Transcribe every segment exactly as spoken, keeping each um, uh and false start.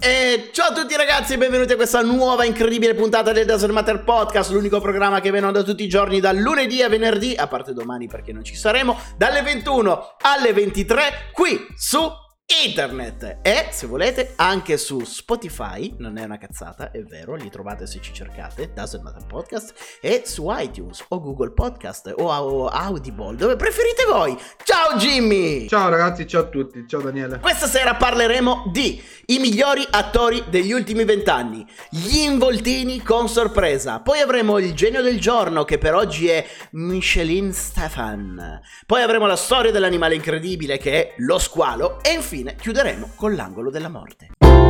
E ciao a tutti ragazzi e benvenuti a questa nuova incredibile puntata del Doesn't Matter Podcast, l'unico programma che viene onda tutti i giorni dal lunedì a venerdì, a parte domani perché non ci saremo, dalle ventuno alle ventitré qui su internet e se volete anche su Spotify, non è una cazzata, è vero, li trovate se ci cercate, Doesn't Matter Podcast, e su iTunes o Google Podcast o Audible, dove preferite voi. Ciao Jimmy! Ciao ragazzi, ciao a tutti, ciao Daniele. Questa sera parleremo di i migliori attori degli ultimi vent'anni, gli involtini con sorpresa, poi avremo il genio del giorno che per oggi è Michelin Stefan, poi avremo la storia dell'animale incredibile che è lo squalo e infine chiuderemo con l'angolo della morte.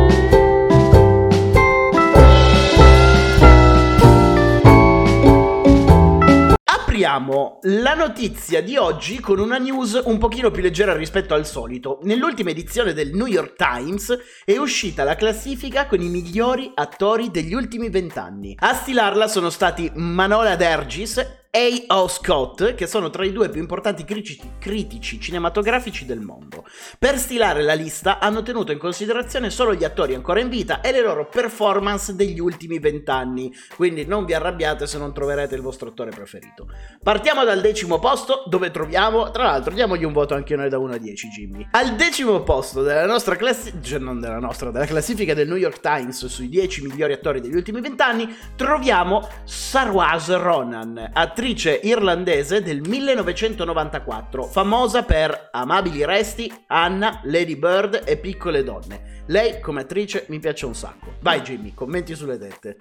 Apriamo la notizia di oggi con una news un pochino più leggera rispetto al solito. Nell'ultima edizione del New York Times è uscita la classifica con i migliori attori degli ultimi vent'anni. A stilarla sono stati Manohla Dargis e A O Scott, che sono tra i due più importanti critici, critici cinematografici del mondo. Per stilare la lista hanno tenuto in considerazione solo gli attori ancora in vita e le loro performance degli ultimi vent'anni, quindi non vi arrabbiate se non troverete il vostro attore preferito. Partiamo dal decimo posto, dove troviamo, tra l'altro diamogli un voto anche noi da uno a dieci, Jimmy. Al decimo posto della nostra classifica, cioè non della nostra, della classifica del New York Times sui dieci migliori attori degli ultimi vent'anni, troviamo Saoirse Ronan, attrice irlandese del millenovecentonovantaquattro, famosa per Amabili resti, Anna, Lady Bird e Piccole donne. Lei come attrice mi piace un sacco. Vai Jimmy, commenti sulle tette.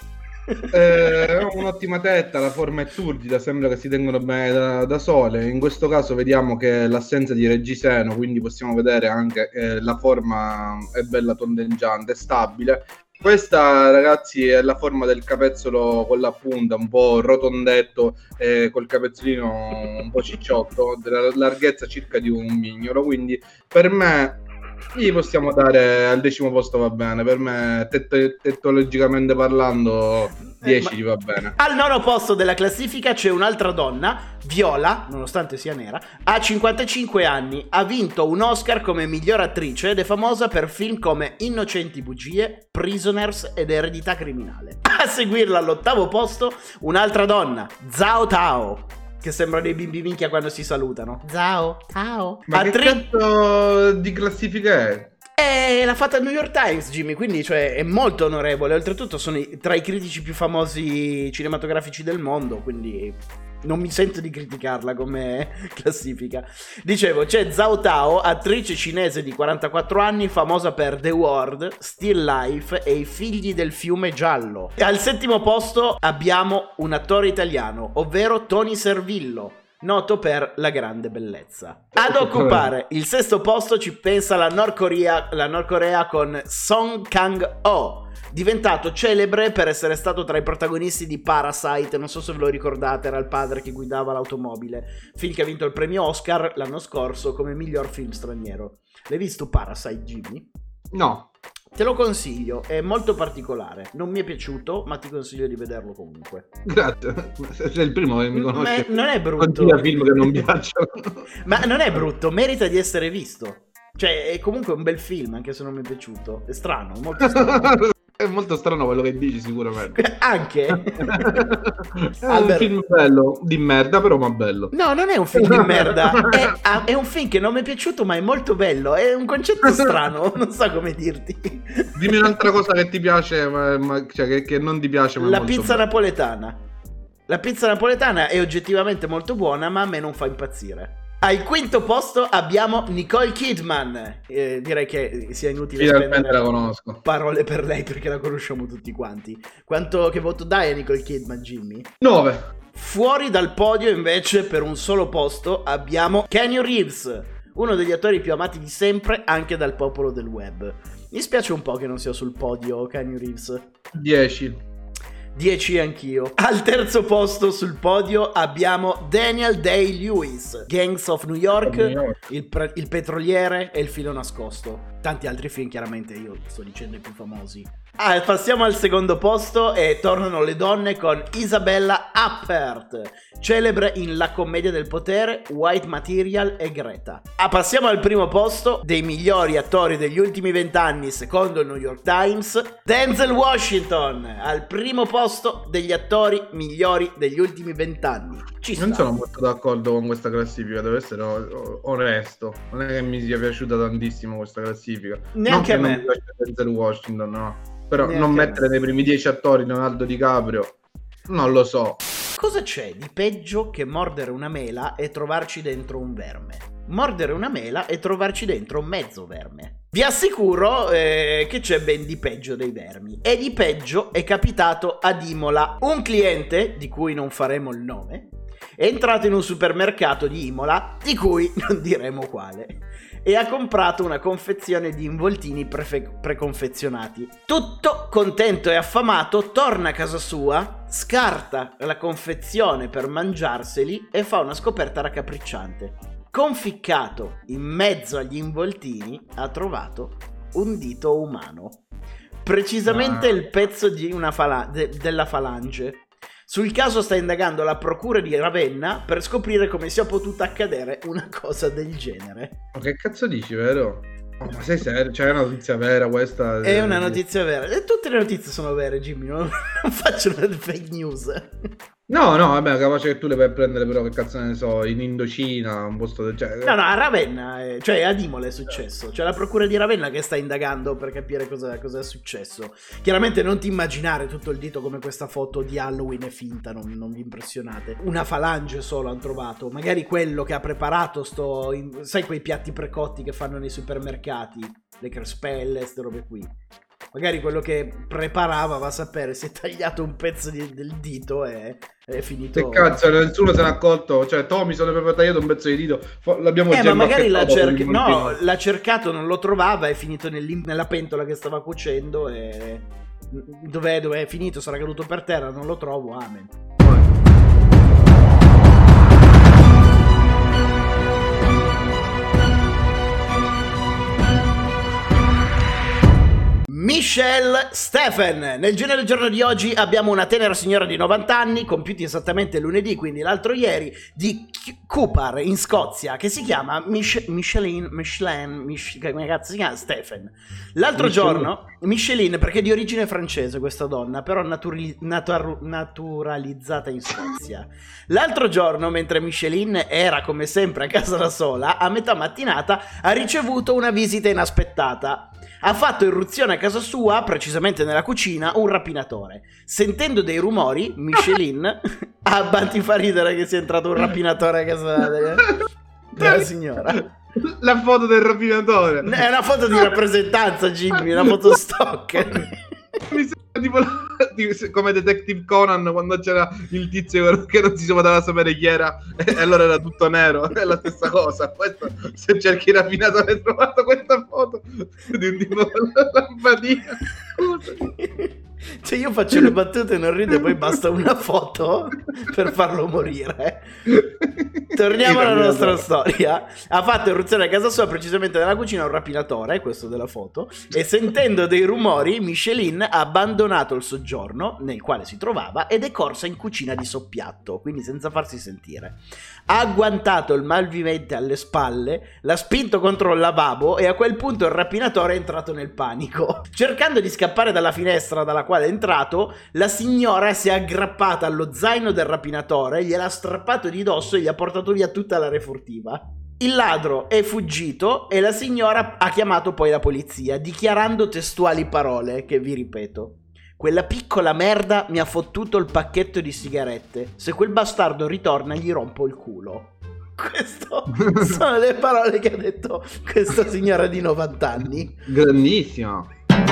Eh, un'ottima tetta, la forma è turgida, sembra che si tengono bene da, da sole. In questo caso vediamo che l'assenza di reggiseno, quindi possiamo vedere anche che la forma è bella tondeggiante, stabile. Questa, ragazzi, è la forma del capezzolo con la punta, un po' rotondetto, eh, col capezzolino un po' cicciotto, della larghezza circa di un mignolo, quindi per me gli possiamo dare al decimo posto, va bene. Per me, tet- tettologicamente parlando, dieci gli va bene. Al nono posto della classifica c'è un'altra donna, Viola, nonostante sia nera, ha cinquantacinque anni, ha vinto un Oscar come miglior attrice ed è famosa per film come Innocenti bugie, Prisoners ed Eredità criminale. A seguirla all'ottavo posto un'altra donna, Zhao Tao, che sembra dei bimbi minchia quando si salutano. Zhao, ciao. Ma Attri- che cazzo di classifica è? E l'ha fatta il New York Times, Jimmy, quindi cioè è molto onorevole. Oltretutto sono i- tra i critici più famosi cinematografici del mondo, quindi non mi sento di criticarla come classifica. Dicevo, c'è Zhao Tao, attrice cinese di quarantaquattro anni, famosa per The Ward, Still Life e I figli del fiume giallo. E al settimo posto abbiamo un attore italiano, ovvero Tony Servillo, noto per La grande bellezza. Ad occupare il sesto posto ci pensa la Nord Corea, la Nord Corea con Song Kang-ho, diventato celebre per essere stato tra i protagonisti di Parasite, non so se ve lo ricordate, era il padre che guidava l'automobile, film che ha vinto il premio Oscar l'anno scorso come miglior film straniero. L'hai visto Parasite, Jimmy? No. Te lo consiglio, è molto particolare, non mi è piaciuto, ma ti consiglio di vederlo comunque. Grazie, sei il primo che mi conosce. Ma non è brutto. Continua film che non mi piacciono. Ma non è brutto, merita di essere visto. Cioè, è comunque un bel film, anche se non mi è piaciuto. È strano, molto strano. È molto strano quello che dici, sicuramente. Anche? È un film bello, di merda, però ma bello. No, non è un film di merda. È, è un film che non mi è piaciuto, ma è molto bello. È un concetto strano, non so come dirti. Dimmi un'altra cosa che ti piace, ma, ma, cioè che, che non ti piace. Ma La è molto pizza bello. napoletana. La pizza napoletana è oggettivamente molto buona, ma a me non fa impazzire. Al quinto posto abbiamo Nicole Kidman. Eh, direi che sia inutile Finalmente la conosco. parole per lei perché la conosciamo tutti quanti. Quanto che voto dai a Nicole Kidman, Jimmy? nove. Fuori dal podio invece per un solo posto abbiamo Keanu Reeves, uno degli attori più amati di sempre anche dal popolo del web. Mi spiace un po' che non sia sul podio Keanu Reeves. dieci. dieci anch'io. Al terzo posto sul podio abbiamo Daniel Day-Lewis, Gangs of New York, New York. Il, pre- il petroliere e Il filo nascosto. Tanti altri film, chiaramente io sto dicendo i più famosi. Ah, passiamo al secondo posto e tornano le donne con Isabella Huppert, celebre in La commedia del potere, White Material e Greta. Ah, passiamo al primo posto dei migliori attori degli ultimi vent'anni secondo il New York Times, Denzel Washington, al primo posto degli attori migliori degli ultimi vent'anni. Ci sta. Non sono molto d'accordo con questa classifica, devo essere onesto. Non è che mi sia piaciuta tantissimo questa classifica. Neanche non a me. Non mi piace Denzel Washington, no. Però Neanche non a mettere nei primi dieci attori Leonardo DiCaprio, non lo so. Cosa c'è di peggio che mordere una mela e trovarci dentro un verme? Mordere una mela e trovarci dentro mezzo verme. Vi assicuro eh, che c'è ben di peggio dei vermi. E di peggio è capitato ad Imola. Un cliente, di cui non faremo il nome, è entrato in un supermercato di Imola, di cui non diremo quale, e ha comprato una confezione di involtini prefe- preconfezionati. Tutto contento e affamato, torna a casa sua, scarta la confezione per mangiarseli e fa una scoperta raccapricciante. Conficcato in mezzo agli involtini ha trovato un dito umano, precisamente Ah. il pezzo di una fala- de- della falange. Sul caso sta indagando la procura di Ravenna per scoprire come sia potuta accadere una cosa del genere. Ma che cazzo dici, vero? Oh, ma sei serio? C'è una notizia vera questa? È una notizia vera. E tutte le notizie sono vere, Jimmy, non, non faccio le fake news. No, no, vabbè, capace che tu le vai a prendere, però che cazzo ne so, in Indocina, un posto del genere. No, no, a Ravenna, eh, cioè ad Imola è successo. C'è la procura di Ravenna che sta indagando per capire cosa, cosa è successo. Chiaramente non ti immaginare tutto il dito come questa foto di Halloween è finta, non, non vi impressionate. Una falange solo hanno trovato. Magari quello che ha preparato sto... in- sai quei piatti precotti che fanno nei supermercati? Le crespelle, ste robe qui. Magari quello che preparava, va a sapere, si è tagliato un pezzo di- del dito e è finito... Che cazzo, nessuno se n'è accorto. Cioè, Tommy se ne aveva tagliato un pezzo di dito. Fo- L'abbiamo Eh, già ma magari l'ha, impacchettato cerca- con il no, montino. l'ha cercato, non lo trovava, è finito nell'im- nella pentola che stava cuocendo e... Dov'è, dov'è finito? Sarà caduto per terra, non lo trovo, amen. Michelle Stephen. Nel genere del giorno di oggi abbiamo una tenera signora di novanta anni, compiuti esattamente lunedì, quindi l'altro ieri, di K- Cooper in Scozia, che si chiama Mich- Micheline, Micheline, Mich- come cazzo si chiama? Stephen. L'altro Micheline. giorno, Micheline, perché è di origine francese questa donna, però naturi- natur- naturalizzata in Scozia. L'altro giorno, mentre Micheline era come sempre a casa da sola, a metà mattinata ha ricevuto una visita inaspettata. Ha fatto irruzione a casa sua, precisamente nella cucina, un rapinatore. Sentendo dei rumori, Micheline ha banti fa ridere che sia entrato un rapinatore a casa della, della signora. La foto del rapinatore. È una foto di rappresentanza, Jimmy, una foto stock. Mi sembra tipo la- di- come Detective Conan quando c'era il tizio che non si poteva sapere chi era e allora era tutto nero. È la stessa cosa. Questo, se cerchi rapinatore hai trovato questa foto di un tipo con la lampadina. Scusami. Cioè io faccio le battute e non ride, poi basta una foto per farlo morire. Torniamo alla nostra storia. Ha fatto irruzione a casa sua, precisamente nella cucina, un rapinatore, questo della foto, e sentendo dei rumori Micheline ha abbandonato il soggiorno nel quale si trovava ed è corsa in cucina di soppiatto, quindi senza farsi sentire. Ha agguantato il malvivente alle spalle, l'ha spinto contro il lavabo e a quel punto il rapinatore è entrato nel panico. Cercando di scappare dalla finestra dalla quale è entrato, la signora si è aggrappata allo zaino del rapinatore, gliel'ha strappato di dosso e gli ha portato via tutta la refurtiva. Il ladro è fuggito e la signora ha chiamato poi la polizia, dichiarando testuali parole che vi ripeto. Quella piccola merda mi ha fottuto il pacchetto di sigarette. Se quel bastardo ritorna gli rompo il culo. Queste sono le parole che ha detto questa signora di novanta anni. Grandissimo.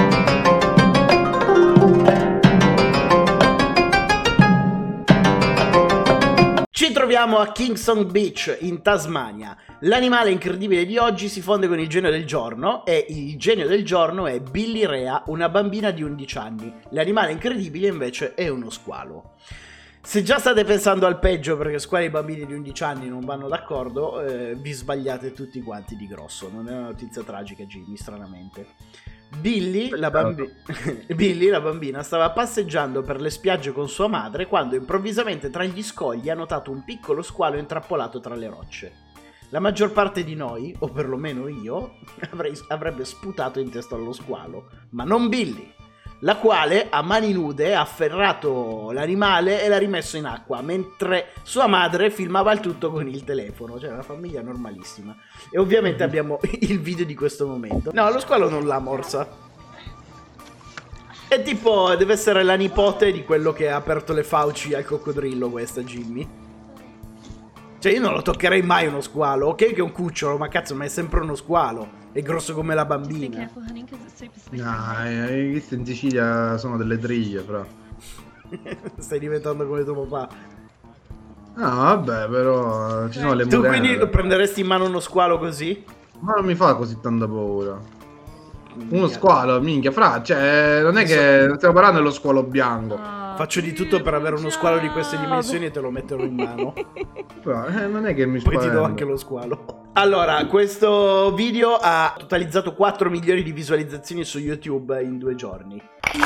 Ci troviamo a Kingston Beach in Tasmania. L'animale incredibile di oggi si fonde con il genio del giorno e il genio del giorno è Billy Rea, una bambina di undici anni. L'animale incredibile invece è uno squalo. Se già state pensando al peggio perché squali e bambini di undici anni non vanno d'accordo, eh, vi sbagliate tutti quanti di grosso. Non è una notizia tragica, Jimmy, stranamente. Billy la, bambi- Billy, la bambina, stava passeggiando per le spiagge con sua madre quando improvvisamente tra gli scogli ha notato un piccolo squalo intrappolato tra le rocce. La maggior parte di noi, o perlomeno io, avrei- avrebbe sputato in testa allo squalo, ma non Billy, la quale a mani nude ha afferrato l'animale e l'ha rimesso in acqua, mentre sua madre filmava il tutto con il telefono. Cioè una famiglia normalissima. E ovviamente abbiamo il video di questo momento. No, lo squalo non l'ha morsa. È tipo, deve essere la nipote di quello che ha aperto le fauci al coccodrillo, questa Jimmy. Cioè io non lo toccherei mai uno squalo. Ok che è un cucciolo, ma cazzo, ma è sempre uno squalo. È grosso come la bambina. No, eh, queste in Sicilia sono delle triglie, però. Stai diventando come tuo papà. No, vabbè, però ci sono le Tu murene. quindi prenderesti in mano uno squalo così? Ma non mi fa così tanta paura. Uno squalo, minchia, fra, cioè, non è che non stiamo parlando dello squalo bianco. Faccio di tutto per avere uno squalo di queste dimensioni e te lo metterò in mano. Però, eh, non è che mi Poi ti do spaventa. anche lo squalo. Allora, questo video ha totalizzato quattro milioni di visualizzazioni su YouTube in due giorni.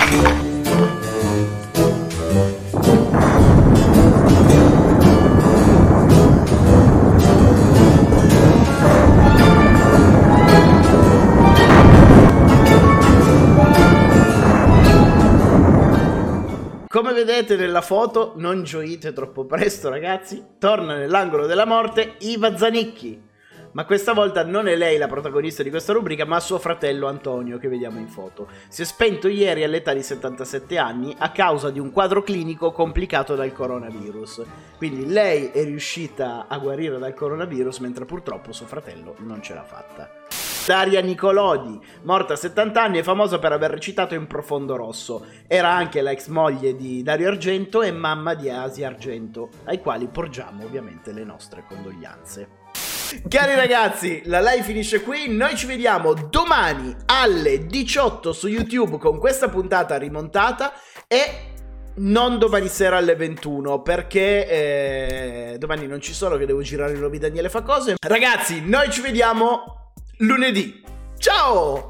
Come vedete nella foto, non gioite troppo presto ragazzi, torna nell'angolo della morte Iva Zanicchi. Ma questa volta non è lei la protagonista di questa rubrica, ma suo fratello Antonio, che vediamo in foto. Si è spento ieri all'età di settantasette anni a causa di un quadro clinico complicato dal coronavirus. Quindi lei è riuscita a guarire dal coronavirus, mentre purtroppo suo fratello non ce l'ha fatta. Daria Nicolodi, morta a settanta anni, è famosa per aver recitato in Profondo Rosso. Era anche la ex moglie di Dario Argento e mamma di Asia Argento, ai quali porgiamo ovviamente le nostre condoglianze. Cari ragazzi, la live finisce qui, noi ci vediamo domani alle diciotto su YouTube con questa puntata rimontata e non domani sera alle ventuno perché eh, domani non ci sono, che devo girare i nuovi Daniele fa cose. Ragazzi, noi ci vediamo lunedì. Ciao!